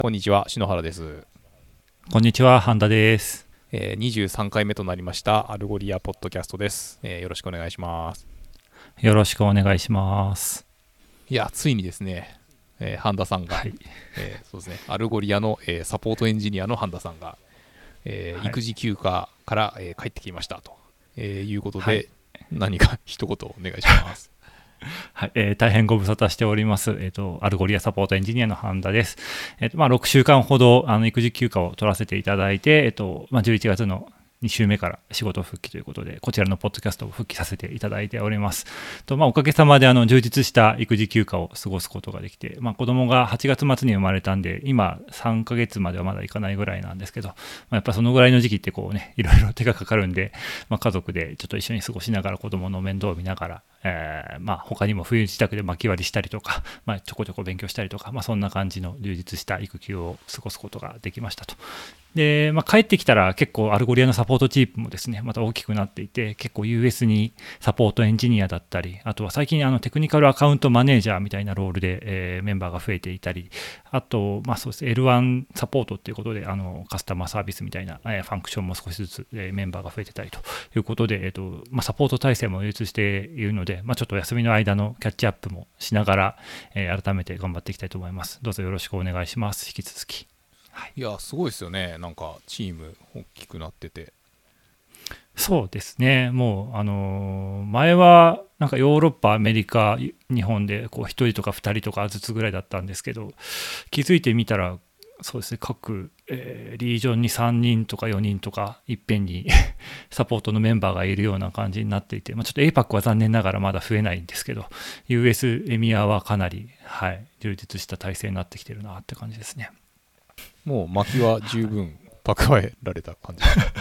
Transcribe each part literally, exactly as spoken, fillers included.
こんにちは、篠原です。 こんにちは、半田です。 えー、にじゅうさんかいめとなりましたアルゴリアポッドキャストです、えー。よろしくお願いします。 よろしくお願いします。 いや、ついにですね、えー、半田さんが、 はいえー、そうですね、アルゴリアの、えー、サポートエンジニアの半田さんが、えーはい、育児休暇から、えー、帰ってきましたと、えー、いうことで、はい、何か一言お願いします。 はいえー、大変ご無沙汰しております、えーと、アルゴリアサポートエンジニアの半田です。えーとまあ、ろくしゅうかんほどあの育児休暇を取らせていただいて、えーとまあ、じゅういちがつのに週目から仕事復帰ということで、こちらのポッドキャストを復帰させていただいております。とまあ、おかげさまであの充実した育児休暇を過ごすことができて、まあ、子供がはちがつ末に生まれたんで、今さんかげつまではまだいかないぐらいなんですけど、まあ、やっぱそのぐらいの時期ってこうね、いろいろ手がかかるんで、まあ、家族でちょっと一緒に過ごしながら子供の面倒を見ながら、えーまあ、他にも冬自宅で薪割りしたりとか、まあ、ちょこちょこ勉強したりとか、まあ、そんな感じの充実した育休を過ごすことができましたと。で、まあ、帰ってきたら結構アルゴリアのサポートチームもですねまた大きくなっていて、結構 ユーエス にサポートエンジニアだったり、あとは最近あのテクニカルアカウントマネージャーみたいなロールで、えー、メンバーが増えていたり、あと、まあ、そうです エルワン サポートっていうことであのカスタマーサービスみたいな、えー、ファンクションも少しずつ、えー、メンバーが増えてたりということで、えーとまあ、サポート体制も充実しているので、まあ、ちょっと休みの間のキャッチアップもしながら、えー、改めて頑張っていきたいと思います。どうぞよろしくお願いします。引き続き。 はい、いや、すごいですよね。なんかチーム大きくなってて。 そうですね。もう、あのー、前はなんかヨーロッパ、アメリカ、日本でこうひとりとかふたりとかずつぐらいだったんですけど、気づいてみたら、そうですね、各、えー、リージョンにさんにんとかよにんとかいっぺんにサポートのメンバーがいるような感じになっていて、まあ、ちょっと エーパック は残念ながらまだ増えないんですけど、ユーエス エミアはかなり、はい、充実した体制になってきてるなって感じですね。 もう薪は十分蓄えられた感じですか？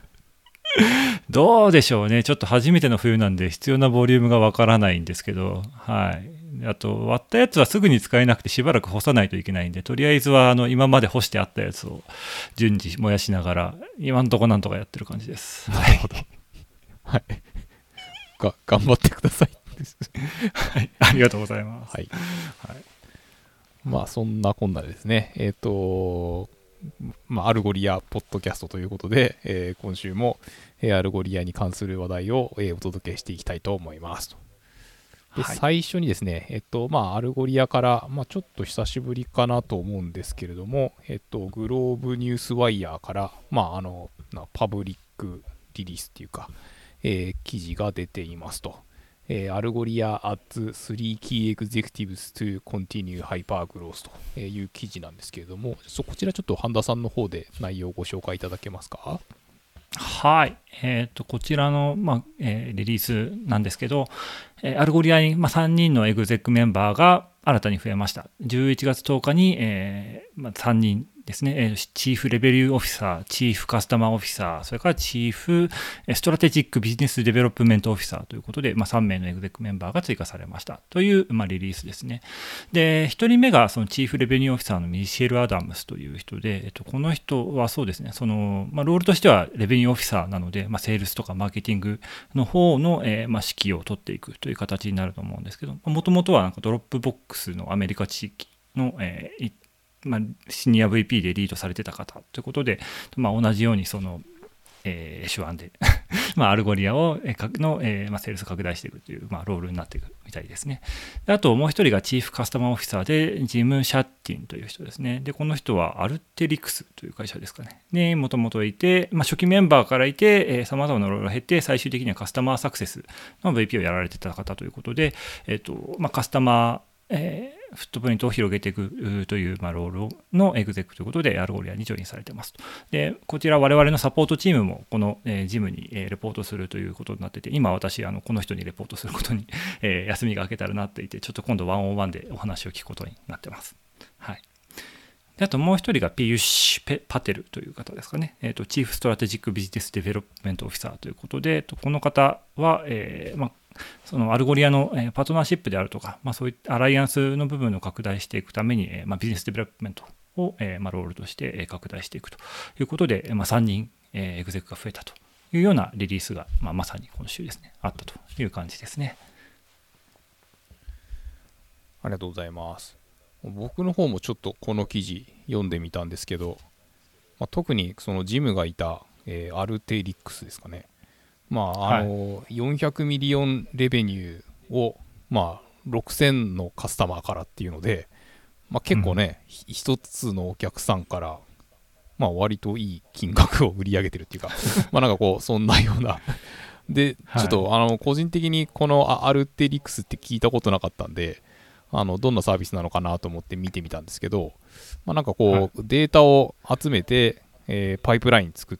どうでしょうね。ちょっと初めての冬なんで必要なボリュームがわからないんですけど、はい。あと割ったやつはすぐに使えなくてしばらく干さないといけないんで、とりあえずはあの今まで干してあったやつを順次燃やしながら今んとこなんとかやってる感じです。 なるほど。はい。が頑張ってください。 はい。ありがとうございます。 はい。はい、まあそんなこんなでですね。えっ、ー、と。まあ、アルゴリアポッドキャストということで、えー、今週も、えー、アルゴリアに関する話題を、えー、お届けしていきたいと思いますと。で、はい、最初にですね、えっと、まあ、アルゴリアから、まあ、ちょっと久しぶりかなと思うんですけれども、えっと、グローブニュースワイヤーから、まあ、あの、パブリックリリースっていうか、えー、記事が出ていますと。えー、アルゴリア adds スリー key executives to continue hyper growth という記事なんですけれども、そこちらちょっと半田さんの方で内容をご紹介いただけますか？ はい、えー、とこちらの、まあえー、リリースなんですけど、えー、アルゴリアに、まあ、さんにんのエグゼックメンバーが新たに増えました。じゅういちがつとおかに、えーまあ、さんにんですね、チーフレベリューオフィサー、チーフカスタマーオフィサー、それからチーフストラテジックビジネスデベロップメントオフィサーということで、まあ、さんめいのエグゼックメンバーが追加されましたという、まあ、リリースですね。で、ひとりめがそのチーフレベニューオフィサーのミシェル・アダムスという人で、えっと、この人はそうですね、その、まあ、ロールとしてはレベニューオフィサーなので、まあ、セールスとかマーケティングの方の、えーまあ、指揮を取っていくという形になると思うんですけど、もともとはなんかドロップボックスのアメリカ地域の、えーまあ、シニア ブイピー でリードされてた方ということで、まあ、同じようにその、えー、手腕でまあアルゴリアをの、えーまあ、セールス拡大していくという、まあ、ロールになっていくみたいですね。であともう一人がチーフカスタマーオフィサーでジム・シャッティンという人ですね。でこの人はアルテリクスという会社ですかねにもともといて、まあ、初期メンバーからいてさまざまなロールを経て最終的にはカスタマーサクセスの ブイピー をやられてた方ということで、えーとまあ、カスタマーえー、フットプリントを広げていくという、まあ、ロールのエグゼクということでアルゴリアにジョインされてますと。でこちら我々のサポートチームもこの、えー、ジムに、えー、レポートするということになってて、今私あのこの人にレポートすることに、えー、休みが明けたらなっていて、ちょっと今度ワンオンワンでお話を聞くことになってます。はい。であともう一人がピユッシュ・パテルという方ですかね、えーと、チーフストラテジックビジネスデベロップメントオフィサーということで、この方は、えーまあそのアルゴリアのパートナーシップであるとか、まあ、そういったアライアンスの部分を拡大していくために、まあ、ビジネスデベロップメントを、まあ、ロールとして拡大していくということで、まあ、さんにんエグゼクが増えたというようなリリースが、まあ、まさに今週ですね、あったという感じですね。 ありがとうございます。 僕の方もちょっとこの記事読んでみたんですけど、まあ、特にそのジムがいた、えーアルテリックスですかね。まああの、はい、よんひゃくミリオンレベニューを、まあ、ろくせんのカスタマーからっていうので、まあ、結構ね、うん、一つのお客さんから、まあ、割といい金額を売り上げてるっていうかまあなんかこうそんなようなで、ちょっと、はい、あの個人的にこのアルテリックスって聞いたことなかったんで、あのどんなサービスなのかなと思って見てみたんですけど、まあ、なんかこう、はい、データを集めて、えー、パイプライン作って、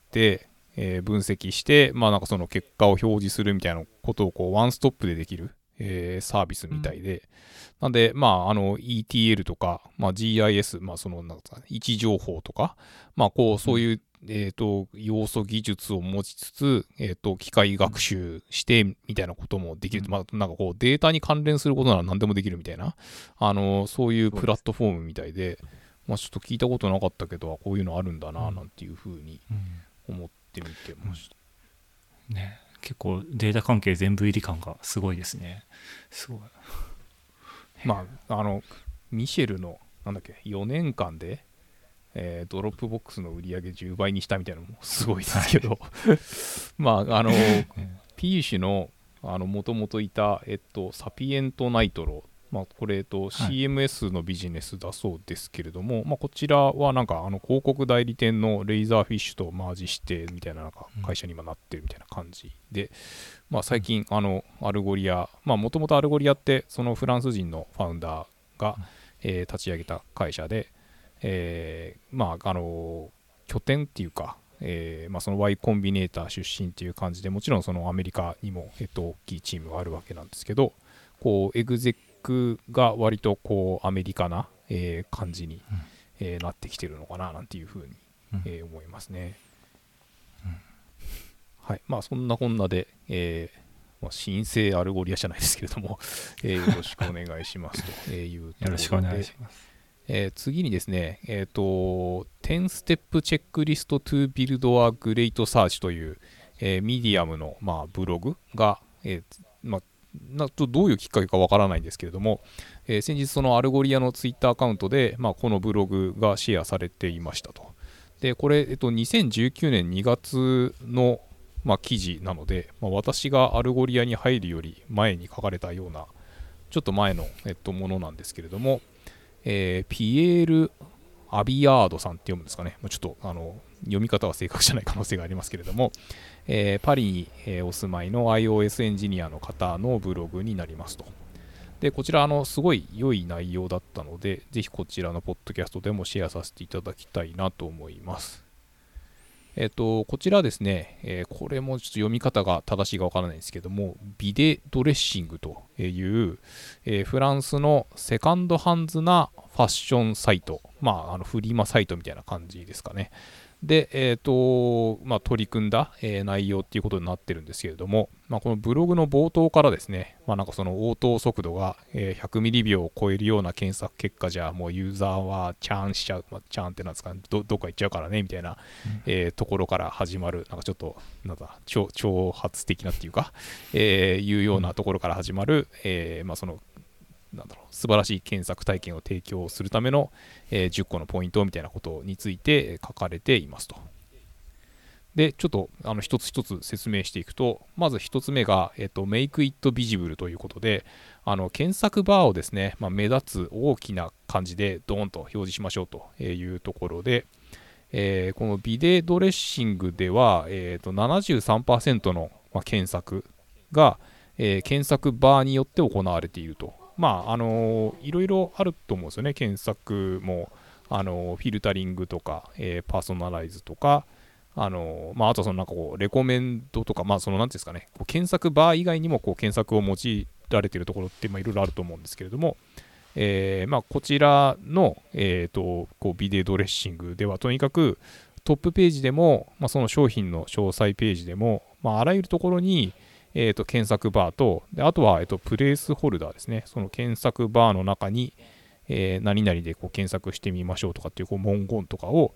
えー、分析して、まあ、なんかその結果を表示するみたいなことをこうワンストップでできる、えー、サービスみたいで、うん、なんで、まあ、あの イーティーエル とか、まあ、ジーアイエス、まあ、そのなんか位置情報とか、まあ、こうそういう、うんえー、と要素技術を持ちつつ、えー、と機械学習してみたいなこともできる、うん、まあ、なんかこうデータに関連することなら何でもできるみたいな、あのそういうプラットフォームみたいで、まあ、ちょっと聞いたことなかったけどこういうのあるんだななんていうふうに思ってみてました、 うんうんね、結構データ関係全部入り感がすごいですね。すごい。 まああのミシェルのなんだっけよねんかんでえー、ドロップボックスの売り上げじゅうばいにしたみたいなのもすごいですけど、はい、まああのピーシュのもともといた、えっと、サピエントナイトロ、まあ、これ、えっと、シーエムエス のビジネスだそうですけれども、はいまあ、こちらはなんかあの広告代理店のレイザーフィッシュとマージしてみたいな、なんか会社に今なってるみたいな感じで、うんまあ、最近あのアルゴリアもともとアルゴリアってそのフランス人のファウンダーが、うんえー、立ち上げた会社でえー、まああの拠点っていうか、えーまあ、その Y コンビネーター出身っていう感じでもちろんそのアメリカにも、えっと、大きいチームがあるわけなんですけどこうエグゼックが割とこうアメリカな、えー、感じに、うんえー、なってきてるのかななんていうふうに、うんえー、思いますね、うんはいまあ、そんなこんなで、えーまあ、新生アルゴリアじゃないですけれども、えー、よろしくお願いしますというところでよろしくお願いしますえー、次にですね、えーと、テンステップチェックリスト to build a great search という、えー、ミディアムの、まあ、ブログが、えーまあ、などういうきっかけかわからないんですけれども、えー、先日そのアルゴリアのツイッターアカウントで、まあ、このブログがシェアされていましたと。で、これ、えっと、にせんじゅうきゅうねんにがつの、まあ、記事なので、まあ、私がアルゴリアに入るより前に書かれたような、ちょっと前の、えっと、ものなんですけれども、えー、ピエール・アビアードさんって読むんですかね。ちょっとあの読み方は正確じゃない可能性がありますけれども、えー、パリに、えー、お住まいの iOS エンジニアの方のブログになりますと。で、こちらあのすごい良い内容だったので、ぜひこちらのポッドキャストでもシェアさせていただきたいなと思います。えっと、こちらですね、えー、これもちょっと読み方が正しいかわからないんですけども、ビデドレッシングという、えー、フランスのセカンドハンズなファッションサイト、まあ、あのフリマサイトみたいな感じですかね。で、えーとまあ、取り組んだ、えー、内容っていうことになってるんですけれども、まあ、このブログの冒頭からですね、まあ、なんかその応答速度が、えー、ひゃくミリびょうを超えるような検索結果じゃもうユーザーはチャーンしちゃう、まあ、チャーンってなんですかね、ど, どっか行っちゃうからねみたいな、うんえー、ところから始まるなんかちょっとなんだ挑挑発的なっていうか、えー、いうようなところから始まる、えーまあ、そのなんだろう素晴らしい検索体験を提供するための、えー、じゅっこのポイントみたいなことについて書かれていますと。で、ちょっとあの一つ一つ説明していくと、まず一つ目が、えっと、Make it visible ということで、あの検索バーをですね、まあ、目立つ大きな感じでドーンと表示しましょうというところで、えー、このビデドレッシングでは、えー、と ななじゅうさんパーセント の、まあ、検索が、えー、検索バーによって行われていると。まああのー、いろいろあると思うんですよね。検索も、あのー、フィルタリングとか、えー、パーソナライズとか、あのーまあ、あとはそのなんかこうレコメンドとか、まあ、そのなんていうんですかね、こう検索バー以外にもこう検索を用いられているところってまあいろいろあると思うんですけれども、えーまあ、こちらの、えー、とこうビデドレッシングではとにかくトップページでも、まあ、その商品の詳細ページでも、まあ、あらゆるところにえー、と検索バーと、であとは、えー、とプレイスホルダーですね。その検索バーの中に、えー、何々でこう検索してみましょうとかっていう、こう文言とかを、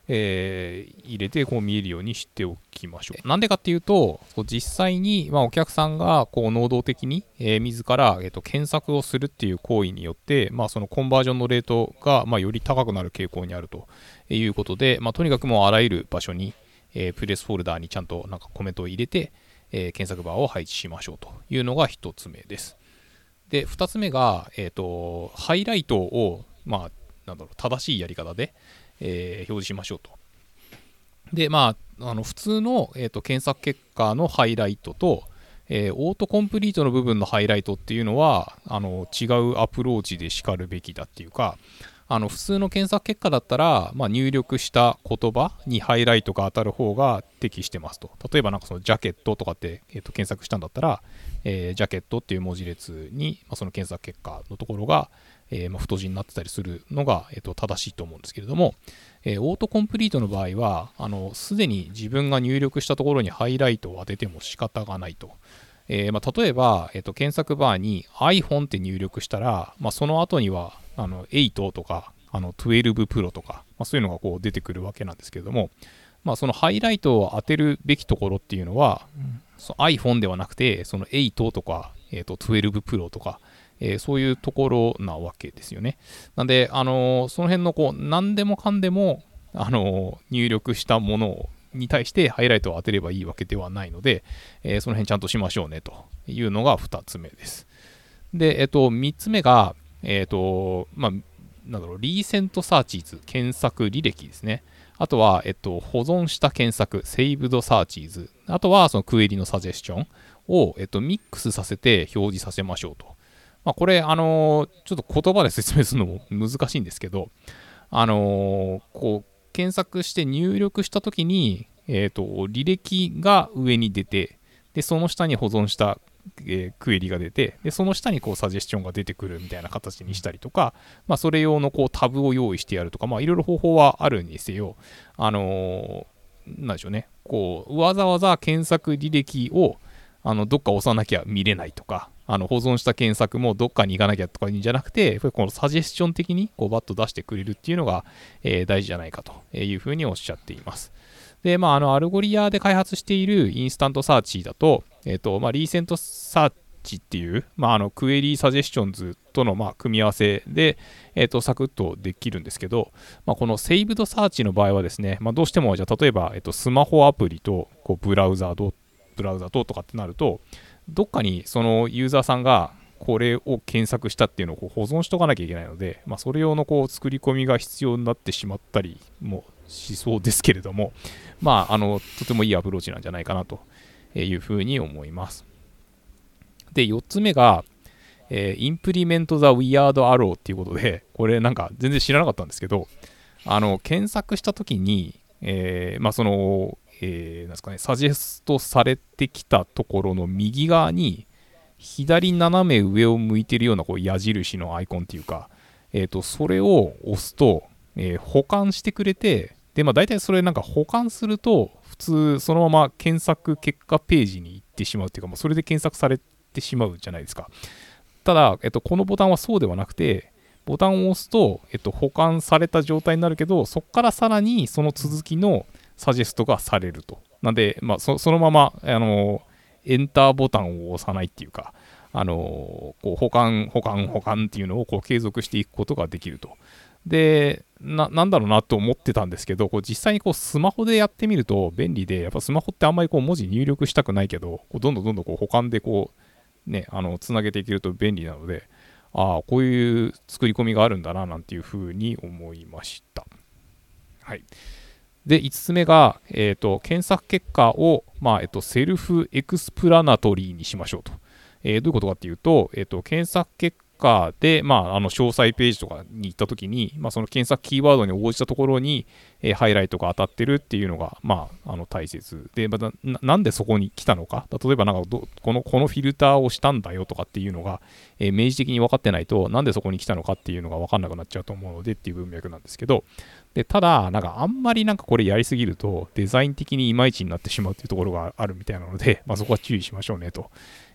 えー入れてこう見えるようにしておきましょう。なんでかっていうと、実際にまあお客さんがこう能動的に、えー自ら、えーと検索をするっていう行為によって、まあ、そのコンバージョンのレートがまあより高くなる傾向にあるということで、まあ、とにかくもうあらゆる場所に、えープレスフォルダーにちゃんとなんかコメントを入れて、えー検索バーを配置しましょうというのがひとつめです。で、ふたつめが、えーとハイライトを、まあ、なんだろう正しいやり方で、えー表示しましょうと。で、まあ、あの普通の、えーと検索結果のハイライトと、えーオートコンプリートの部分のハイライトっていうのはあの違うアプローチでしかるべきだっていうか、あの普通の検索結果だったら、まあ、入力した言葉にハイライトが当たる方が適してますと。例えばなんかそのジャケットとかって、えーと検索したんだったら、えージャケットっていう文字列に、まあ、その検索結果のところが、えーまあ、太字になってたりするのが、えーと正しいと思うんですけれども、えーオートコンプリートの場合はあのすでに自分が入力したところにハイライトを当てても仕方がないと。えーまあ、例えば、えーと検索バーに iPhone って入力したら、まあ、その後にはあのはちとかあのじゅうにプロとか、まあ、そういうのがこう出てくるわけなんですけれども、まあ、そのハイライトを当てるべきところっていうのは、その iPhone ではなくてそのはちとか、えーとじゅうにプロとか、えーそういうところなわけですよね。なんで、あのーその辺のこう何でもかんでも、あのー入力したものに対してハイライトを当てればいいわけではないので、えーその辺ちゃんとしましょうねというのがふたつめです。で、えっと、みっつめが、えっと、まあ、なんだろう、リーセントサーチーズ、検索履歴ですね。あとは、えっと、保存した検索、セーブドサーチーズ。あとは、そのクエリのサジェスチョンを、えっと、ミックスさせて表示させましょうと。まあ、これ、あのーちょっと言葉で説明するのも難しいんですけど、あのーこう、検索して入力したときに、えっと、履歴が上に出て、で、その下に保存した、えークエリが出て、で、その下にこうサジェスチョンが出てくるみたいな形にしたりとか、まあ、それ用のこうタブを用意してやるとか、まあ、いろいろ方法はあるにせよ、あのーなんでしょうね、こう、わざわざ検索履歴を、あの、どっか押さなきゃ見れないとか、あの、保存した検索もどっかに行かなきゃとかいいんじゃなくて、やっぱりこのサジェスチョン的にこうバッと出してくれるっていうのが、えー大事じゃないかというふうにおっしゃっています。で、まあ、あの、アルゴリアで開発しているインスタントサーチだと、えっと、まあ、リーセントサーチっていう、まあ、あの、クエリーサジェスチョンズとの、まあ、組み合わせで、えっと、サクッとできるんですけど、まあ、このセーブドサーチの場合はですね、まあ、どうしても、じゃあ、例えば、えっと、スマホアプリと、こう、ブラウザーと、ブラウザととかってなると、どっかにそのユーザーさんがこれを検索したっていうのをこう保存しとかなきゃいけないので、まあ、それ用のこう作り込みが必要になってしまったりもしそうですけれども、まあ、あのとてもいいアプローチなんじゃないかなというふうに思います。で、よっつめが、えー、Implement the Weird Arrow っていうことで、これなんか全然知らなかったんですけど、あの検索したときに、えーまあ、そのえー、なんですかね、サジェストされてきたところの右側に左斜め上を向いてるようなこう矢印のアイコンっていうか、えー、とそれを押すと、えー保管してくれて、で、まあ、大体それなんか保管すると普通そのまま検索結果ページに行ってしまうっていうか、まあ、それで検索されてしまうじゃないですか。ただ、えっと、このボタンはそうではなくて、ボタンを押すと、えっと、保管された状態になるけど、そこからさらにその続きのサジェストがされると。なんで、まあ、そ, そのまま、あの、エンターボタンを押さないっていうか、あの、こう保管、保管、保管っていうのをこう継続していくことができると。で、な、なんだろうなと思ってたんですけど、こう実際にこうスマホでやってみると便利で、やっぱスマホってあんまりこう文字入力したくないけど、こうどんどんどんどんこう保管でこう、ね、あの、つなげていけると便利なので、ああ、こういう作り込みがあるんだな、なんていうふうに思いました。はい。で、いつつめが、えーと、検索結果を、まあえーと、セルフエクスプラナトリーにしましょうと。えーどういうことかっていうと、えーと、検索結果で、まあ、あの詳細ページとかに行ったときに、まあ、その検索キーワードに応じたところに、えーハイライトが当たってるっていうのが、まあ、あの大切で、またな、なんでそこに来たのか、例えばなんかどこの、このフィルターをしたんだよとかっていうのが、えー明示的に分かってないと、なんでそこに来たのかっていうのが分かんなくなっちゃうと思うのでっていう文脈なんですけど、でただ、なんかあんまりなんかこれやりすぎると、デザイン的にいまいちになってしまうっていうところがあるみたいなので、まあ、そこは注意しましょうねと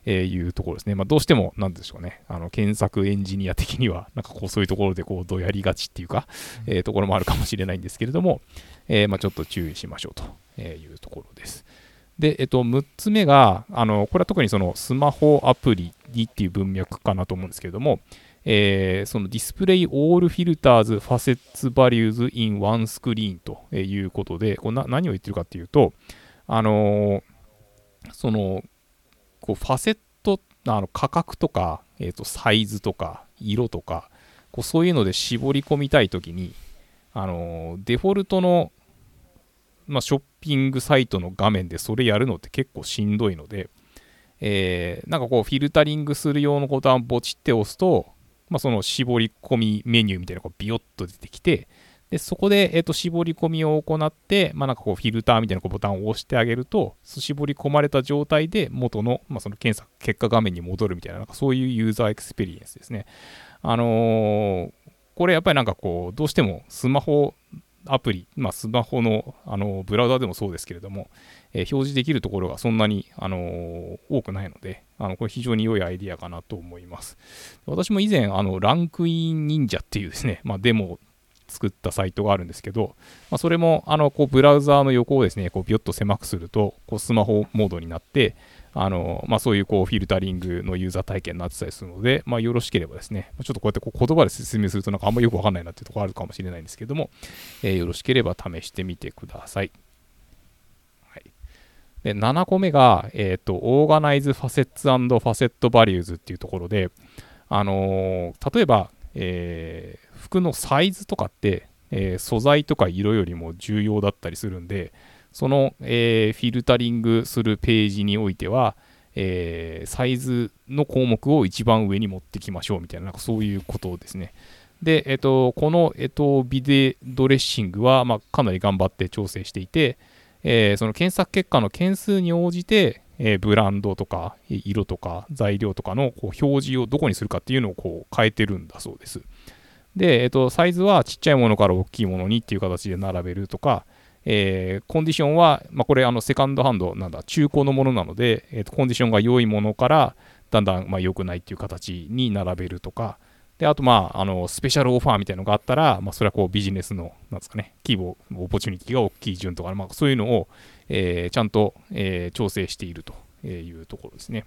えーいうところですね。まあ、どうしても、なんでしょうね、あの検索エンジニア的には、なんかこうそういうところでこうどやりがちっていうか、えーところもあるかもしれないんですけれども、えーまあ、ちょっと注意しましょうというところです。で、えっと、むっつめが、あのこれは特にそのスマホアプリにっていう文脈かなと思うんですけれども、えー、そのディスプレイオールフィルターズファセッツバリューズインワンスクリーンということで、これな何を言ってるかっていうと、あのー、そのこうファセットあの価格とか、えー、とサイズとか色とかこうそういうので絞り込みたいときに、あのー、デフォルトの、まあ、ショッピングサイトの画面でそれやるのって結構しんどいので、えー、なんかこうフィルタリングする用のボタンをポチって押すと、まあ、その絞り込みメニューみたいなのがビヨッと出てきて、でそこで、えー、と絞り込みを行って、まあ、なんかこうフィルターみたいなこうボタンを押してあげると、絞り込まれた状態で元の、まあ、その検索結果画面に戻るみたいな、なんかそういうユーザーエクスペリエンスですね。あのー、これやっぱりなんかこうどうしてもスマホアプリ、まあ、スマホの、あのブラウザでもそうですけれども、えー、表示できるところがそんなに、あのー、多くないので、あのこれ非常に良いアイディアかなと思います。私も以前あのランクイン忍者っていうですね、まあ、デモを作ったサイトがあるんですけど、まあ、それもあのこうブラウザーの横をですねこうビヨッと狭くするとこうスマホモードになって、あのまあ、そういうこうフィルタリングのユーザー体験になってたりするので、まあ、よろしければですね、ちょっとこうやってこう言葉で説明するとなんかあんまりよくわかんないなっていうところあるかもしれないんですけども、えー、よろしければ試してみてください。はい、でななこめが、えーと、Organize Facets and Facet Values っていうところで、あのー、例えば、えー、服のサイズとかって、えー、素材とか色よりも重要だったりするんで、その、えー、フィルタリングするページにおいては、えー、サイズの項目を一番上に持ってきましょうみたいな、なんかそういうことですね。で、えっと、この、えっと、ビデドレッシングは、まあ、かなり頑張って調整していて、えー、その検索結果の件数に応じて、えー、ブランドとか色とか材料とかのこう表示をどこにするかっていうのをこう変えてるんだそうです。で、えっと、サイズはちっちゃいものから大きいものにっていう形で並べるとか、えー、コンディションは、まあ、これあのセカンドハンドなんだ中古のものなので、えー、とコンディションが良いものからだんだんまあ良くないっていう形に並べるとかで、あとまああのスペシャルオファーみたいなのがあったら、まあ、それはこうビジネスのなんですかね規模オポチュニティが大きい順とか、まあ、そういうのを、えー、ちゃんと、えー、調整しているというところですね。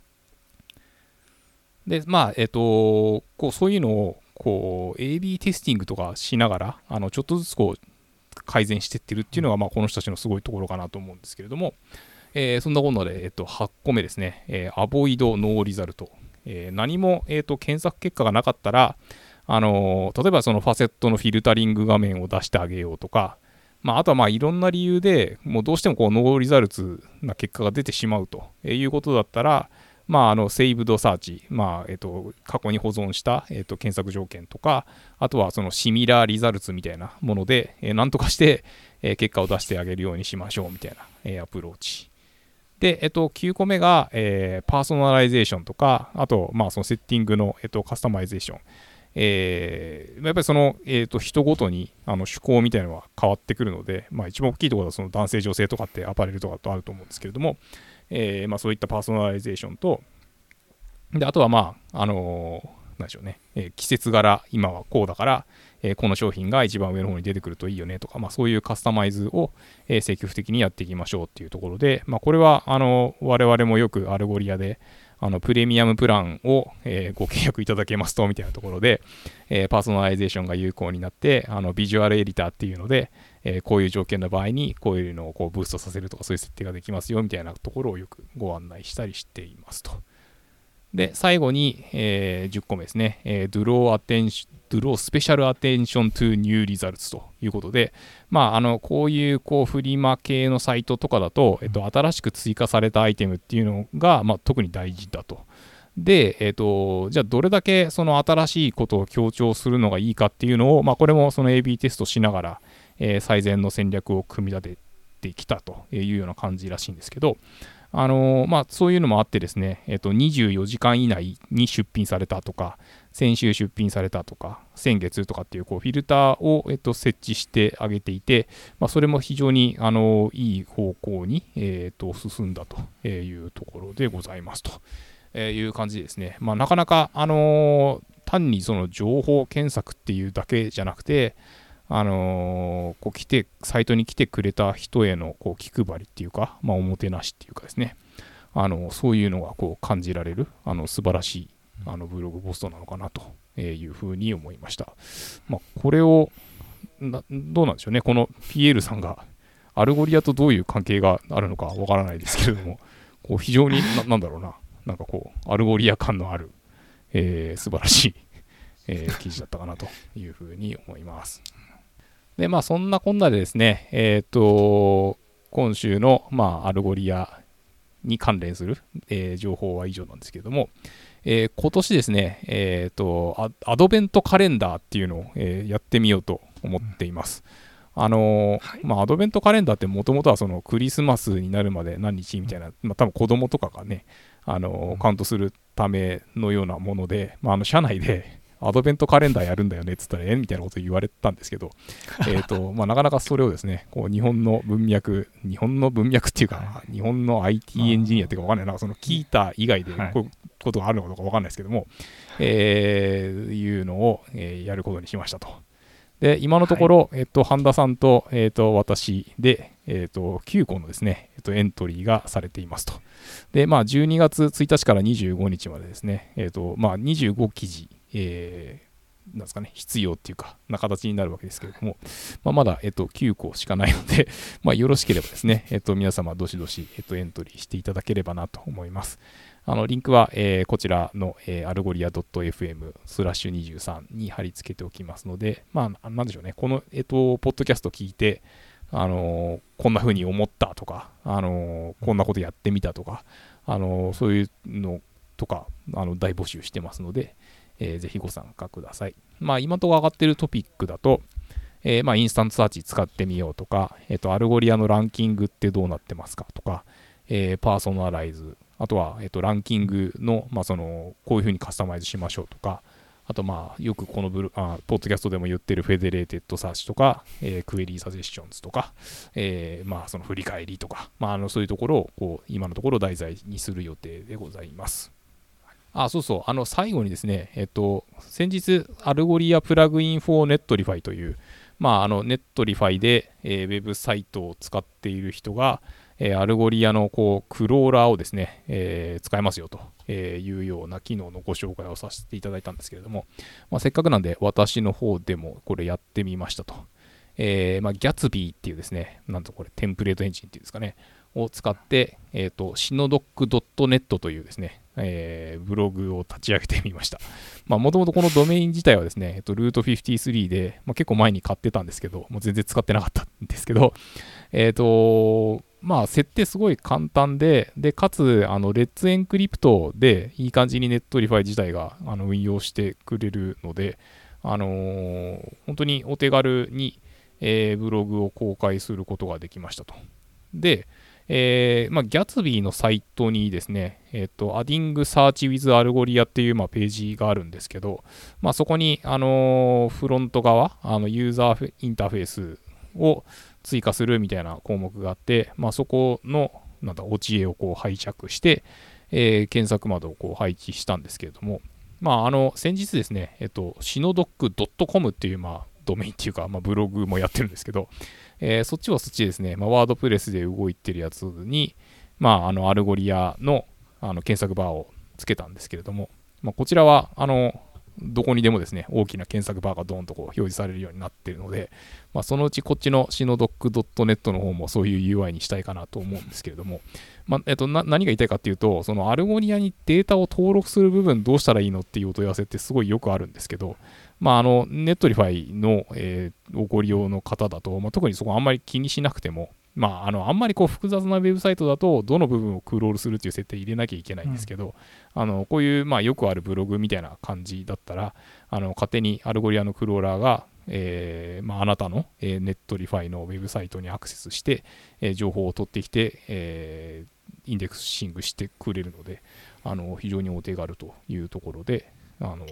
でまあえっ、ー、とこうそういうのをこう エービー テスティングとかしながらあのちょっとずつこう改善していってるっていうのが、まあ、この人たちのすごいところかなと思うんですけれども、えー、そんなこんなで、えっと、はちこめですね、えー、アボイドノーリザルト、えー、何も、えーと、検索結果がなかったら、あのー、例えばそのファセットのフィルタリング画面を出してあげようとか、まあ、あとはまあいろんな理由でもうどうしてもこうノーリザルツな結果が出てしまうということだったら、まあ、あのセーブドサーチ、まあえっと、過去に保存した、えっと、検索条件とか、あとはそのシミラーリザルツみたいなもので、えー、なんとかして、えー、結果を出してあげるようにしましょうみたいな、えー、アプローチ。で、えっと、きゅうこめが、えー、パーソナライゼーションとか、あと、まあ、そのセッティングの、えっと、カスタマイゼーション。えー、やっぱりその、えー、と人ごとにあの趣向みたいなのは変わってくるので、まあ、一番大きいところはその男性女性とかってアパレルとかとあると思うんですけれども、えーまあ、そういったパーソナライゼーションと、であとはまあ、あのー、なんでしょうね、えー、季節柄今はこうだから、えー、この商品が一番上の方に出てくるといいよねとか、まあ、そういうカスタマイズを、えー、積極的にやっていきましょうっていうところで、まあ、これはあの我々もよくアルゴリアであのプレミアムプランを、えー、ご契約いただけますとみたいなところで、えー、パーソナライゼーションが有効になってあのビジュアルエディターっていうので、えー、こういう条件の場合にこういうのをこうブーストさせるとかそういう設定ができますよみたいなところをよくご案内したりしていますと。で最後に、えー、じゅっこめですね、えー、Draw Attention Draw Special Attention to New Results ということで、まあ、あのこういうこうフリマ系のサイトとかだと、えっと、新しく追加されたアイテムっていうのが、まあ、特に大事だと。で、えっと、じゃあどれだけその新しいことを強調するのがいいかっていうのを、まあ、これもその エービー テストしながら、えー、最善の戦略を組み立ててきたというような感じらしいんですけど、あのーまあ、そういうのもあってですね、えっと、にじゅうよじかん以内に出品されたとか、 先週出品されたとか、先月とかっていう、こうフィルターを、えっと、設置してあげていて、まあ、それも非常にあのいい方向に、えっと、進んだというところでございますという感じですね。まあ、なかなか、あのー単にその情報検索っていうだけじゃなくて、あのーこう来てサイトに来てくれた人へのこう気配りっていうか、まあ、おもてなしっていうかですね、あのそういうのがこう感じられるあの素晴らしいあのブログポストなのかなというふうに思いました。まあ、これをなどうなんでしょうね、この ピーエル さんがアルゴリアとどういう関係があるのかわからないですけれども、こう非常にな、なんだろうな、なんかこうアルゴリア感のある、えー、素晴らしい、えー、記事だったかなというふうに思います。で、まあそんなこんなでですね、えっと、今週の、まあ、アルゴリアに関連する、えー、情報は以上なんですけれども、えー、今年ですね、えっとア、アドベントカレンダーっていうのを、えー、やってみようと思っています。あのーはいまあ、アドベントカレンダーってもともとはそのクリスマスになるまで何日みたいな、まあ、多分子供とかがね、あのー、カウントするためのようなもので、まあ、あの社内でアドベントカレンダーやるんだよねって言ったらえみたいなこと言われたんですけど、えとまあなかなかそれをですね、こう日本の文脈、日本の文脈っていうか、日本の アイティー エンジニアっていうかわかんない、なんかその聞いた以外でこういうことがあるのかどうかわかんないですけども、えー、いうのを、えー、やることにしましたと。で、今のところ、はいえっと、半田さんと、えっと、私で、えっと、きゅうこのですね、えっと、エントリーがされていますと。で、まあ、じゅうにがつついたちからにじゅうごにちまでですね、えっと、まあ、にじゅうご記事、えー、なんですかね、必要っていうか、な形になるわけですけれども、まあ、まだ、えっと、きゅうこしかないので、まあ、よろしければですね、えっと、皆様、どしどし、えっと、エントリーしていただければなと思います。あのリンクは、えー、こちらの、えー、アルゴリア .fm スラッシュにじゅうさんに貼り付けておきますので、まあ、なんでしょうね、この、えっと、ポッドキャスト聞いて、あのー、こんな風に思ったとか、あのー、こんなことやってみたとか、あのー、そういうのとか、あの大募集してますので、えー、ぜひご参加ください。まあ、今のところ上がっているトピックだと、えーまあ、インスタントサーチ使ってみようとか、えっと、アルゴリアのランキングってどうなってますかとか、えー、パーソナライズ、あとは、えっと、ランキングの、まあ、その、こういうふうにカスタマイズしましょうとか、あと、まあ、よくこのブルあポッドキャストでも言ってるフェデレーテッドサーチとか、えー、クエリーサジェスションズとか、えー、まあ、その振り返りとか、まあ、あのそういうところを、こう、今のところ題材にする予定でございます。あ、そうそう、あの、最後にですね、えっと、先日、アルゴリアプラグインフォーネットリファイという、まあ、あの、ネットリファイで、えー、ウェブサイトを使っている人が、えー、アルゴリアのこうクローラーをですね、えー、使えますよというような機能のご紹介をさせていただいたんですけれども、まあ、せっかくなんで私の方でもこれやってみましたと。えーまあ、ギャツビーっていうですね、なんとこれテンプレートエンジンっていうんですかね、を使って、えーと、シノドックドットネット というですね、えー、ブログを立ち上げてみました。もともとこのドメイン自体はですね、えっと、ルートごじゅうさんで、まあ、結構前に買ってたんですけど、もう全然使ってなかったんですけど、えっと、まあ、設定すごい簡単で、で、かつ、あの、レッツエンクリプトでいい感じにネットリファイ自体があの運用してくれるので、あのー、本当にお手軽に、えー、ブログを公開することができましたと。で、えーまあ、ギャツビーのサイトにですね、えっと、Adding Search with Algoria っていう、まあ、ページがあるんですけど、まあ、そこに、あのー、フロント側、あのユーザーインターフェースを追加するみたいな項目があって、まあ、そこのなんだ落ち絵をこう拝借して、えー、検索窓をこう配置したんですけれども、まあ、あの先日ですね、えっと、シノドックドットコムっていう、まあ、ドメインっていうか、まあ、ブログもやってるんですけど、えー、そっちはそっちですね、まあ、ワードプレスで動いてるやつに、まあ、あのアルゴリアの、あの検索バーをつけたんですけれども、まあ、こちらはあのどこにでもですね、大きな検索バーがドーンとこう表示されるようになっているので、まあ、そのうちこっちのシノドックドットネットの方もそういう ユーアイ にしたいかなと思うんですけれども、まあえっと、な何が言いたいかっていうと、そのアルゴリアにデータを登録する部分どうしたらいいのっていうお問い合わせってすごいよくあるんですけど、まあ、あのネットリファイの、えー、ご利用の方だと、まあ、特にそこあんまり気にしなくても、まあ、あのあんまりこう複雑なウェブサイトだとどの部分をクロールするっていう設定入れなきゃいけないんですけど、うん、あのこういう、まあ、よくあるブログみたいな感じだったら、あの勝手にアルゴリアのクローラーが、えーまあ、あなたの、えー、ネットリファイのウェブサイトにアクセスして、えー、情報を取ってきて、えー、インデックスシングしてくれるので、あの非常にお手軽というところで、あの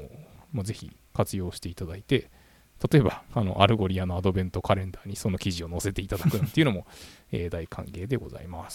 まあ、ぜひ活用していただいて、例えばあのアルゴリアのアドベントカレンダーにその記事を載せていただくなんていうのも、えー、大歓迎でございます。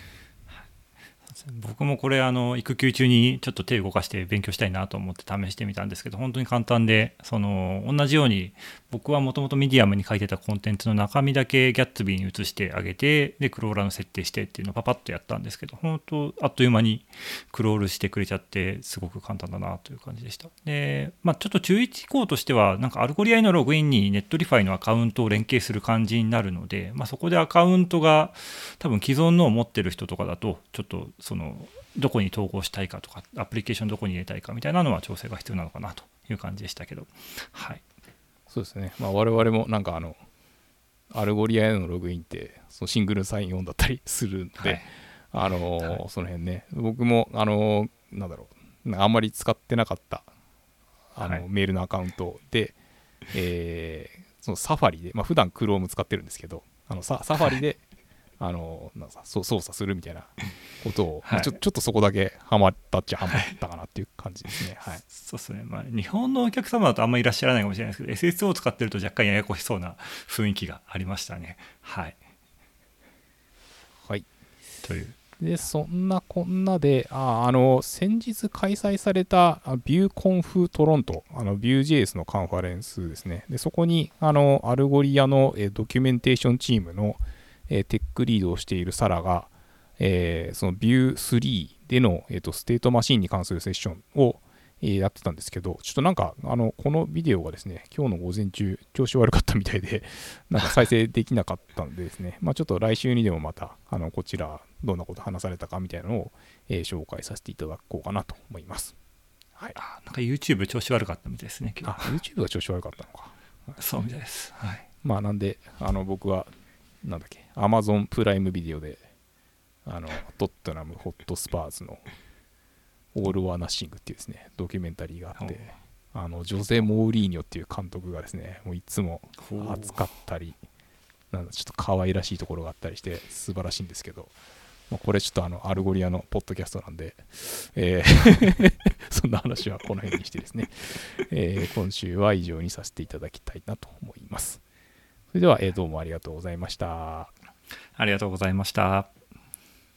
僕もこれあの育休中にちょっと手を動かして勉強したいなと思って試してみたんですけど、本当に簡単で、その同じように僕はもともとミディアムに書いてたコンテンツの中身だけギャッツビーに移してあげて、でクローラーの設定してっていうのをパパッとやったんですけど、本当あっという間にクロールしてくれちゃってすごく簡単だなという感じでした。で、まあ、ちょっと注意事項としては、なんかアルゴリアイのログインにネットリファイのアカウントを連携する感じになるので、まあ、そこでアカウントが多分既存のを持ってる人とかだとちょっとそのどこに統合したいかとか、アプリケーションどこに入れたいかみたいなのは調整が必要なのかなという感じでしたけど、はい、 そうですね、まあ、我々もなんかあのアルゴリアへのログインってそのシングルサインオンだったりするんで、はい、あのーはい、その辺ね、僕もあのー、なんだろう、あんまり使ってなかったあの、はい、メールのアカウントで、えー、そのサファリで、まあ普段 Chrome 使ってるんですけど、あの サ, サファリで、はい、あのなんかそう操作するみたいなことを、はい、ちょ, ちょっとそこだけハマったっちゃハマったかなっていう感じですね。はい、 そうですね、まあ、日本のお客様だとあんまりいらっしゃらないかもしれないですけど、 エスエスオー を使ってると若干ややこしそうな雰囲気がありましたね。はい、 はい、 というでそんなこんなで、ああの先日開催されたビューコンフトロント、あの Vue.js のカンファレンスですね。でそこにあのアルゴリアのえドキュメンテーションチームのえー、テックリードをしているサラが、えー、その ビュースリー での、えーと、ステートマシンに関するセッションを、えー、やってたんですけど、ちょっとなんかあのこのビデオがですね、今日の午前中調子悪かったみたいでなんか再生できなかったんでですねまあちょっと来週にでもまたあのこちらどんなこと話されたかみたいなのを、えー、紹介させていただこうかなと思います。 はい、あ、なんか YouTube 調子悪かったみたいですね。今日あ、YouTube が調子悪かったのか。 そうみたいです。はい、 まあなんであの僕はなんだっけ、Amazon プライムビデオであのトッテナムホットスパーズのオール・オア・ナッシングっていうですねドキュメンタリーがあって、あのジョゼ・モーリーニョっていう監督がですね、もういつも熱かったりなんだちょっと可愛らしいところがあったりして素晴らしいんですけど、まあ、これちょっとあのアルゴリアのポッドキャストなんで、えー、そんな話はこの辺にしてですね、えー、今週は以上にさせていただきたいなと思います。それでは、えー、どうもありがとうございました。 ありがとうございました。